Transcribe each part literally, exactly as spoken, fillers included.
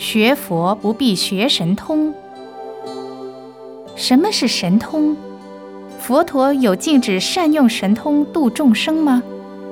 学佛不必学神通。什么是神通？佛陀有禁止善用神通度众生吗？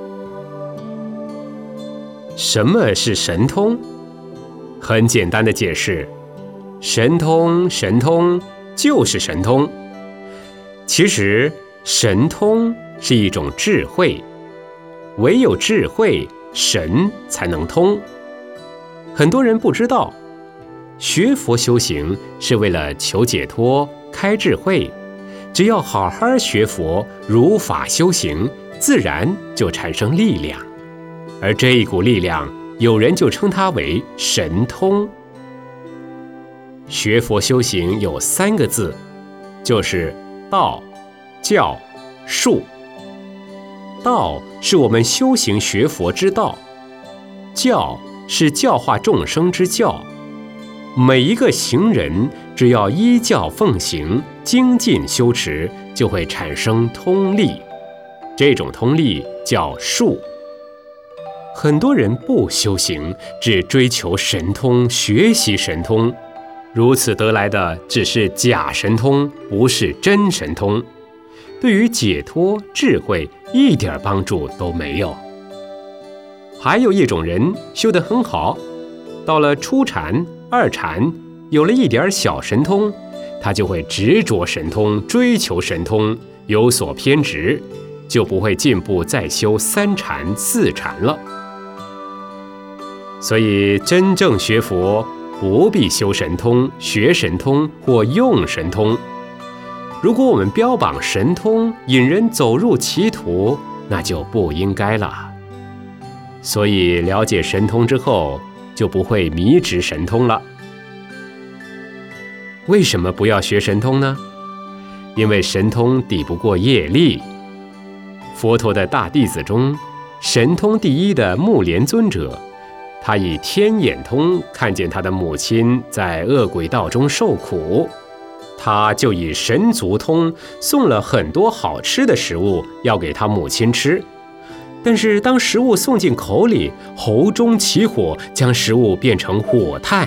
什么是神通？很简单的解释，神通，神通就是神通。其实，神通是一种智慧，唯有智慧，神才能通。很多人不知道，学佛修行是为了求解脱、开智慧。只要好好学佛，如法修行，自然就产生力量。而这一股力量，有人就称它为神通。学佛修行有三个字，就是道、教、术。道是我们修行学佛之道，教是教化众生之教。每一个行人，只要依教奉行，精进修持，就会产生通力。这种通力叫术。很多人不修行，只追求神通，学习神通，如此得来的只是假神通，不是真神通，对于解脱智慧一点帮助都没有。还有一种人修得很好，到了初禅、二禅，有了一点小神通，他就会执着神通，追求神通，有所偏执，就不会进步再修三禅、四禅了。所以真正学佛，不必修神通、学神通或用神通。如果我们标榜神通，引人走入歧途，那就不应该了。所以了解神通之后，就不会迷执神通了。为什么不要学神通呢？因为神通抵不过业力。佛陀的大弟子中，神通第一的目连尊者，他以天眼通看见他的母亲在恶鬼道中受苦，他就以神足通送了很多好吃的食物要给他母亲吃。但是当食物送进口里，喉中起火，将食物变成火炭。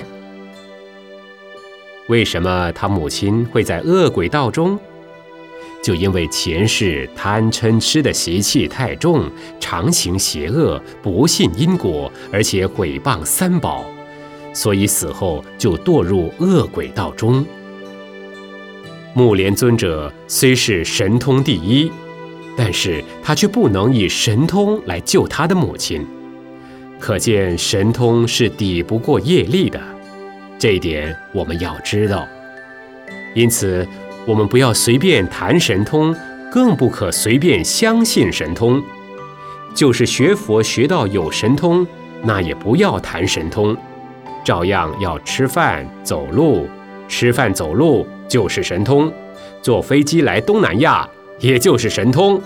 为什么他母亲会在恶鬼道中？就因为前世贪嗔痴的习气太重，常行邪恶，不信因果，而且毁谤三宝，所以死后就堕入恶鬼道中。目连尊者虽是神通第一，但是他却不能以神通来救他的母亲，可见神通是抵不过业力的，这一点我们要知道。因此，我们不要随便谈神通，更不可随便相信神通。就是学佛学到有神通，那也不要谈神通，照样要吃饭走路，吃饭走路就是神通，坐飞机来东南亚也就是神通。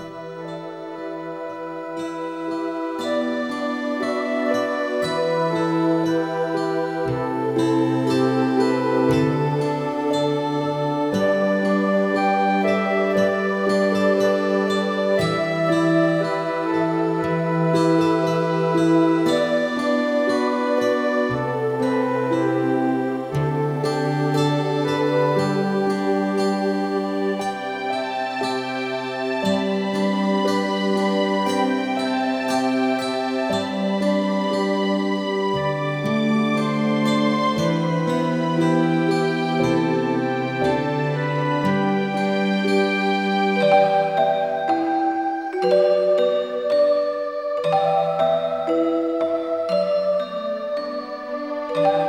Thank you.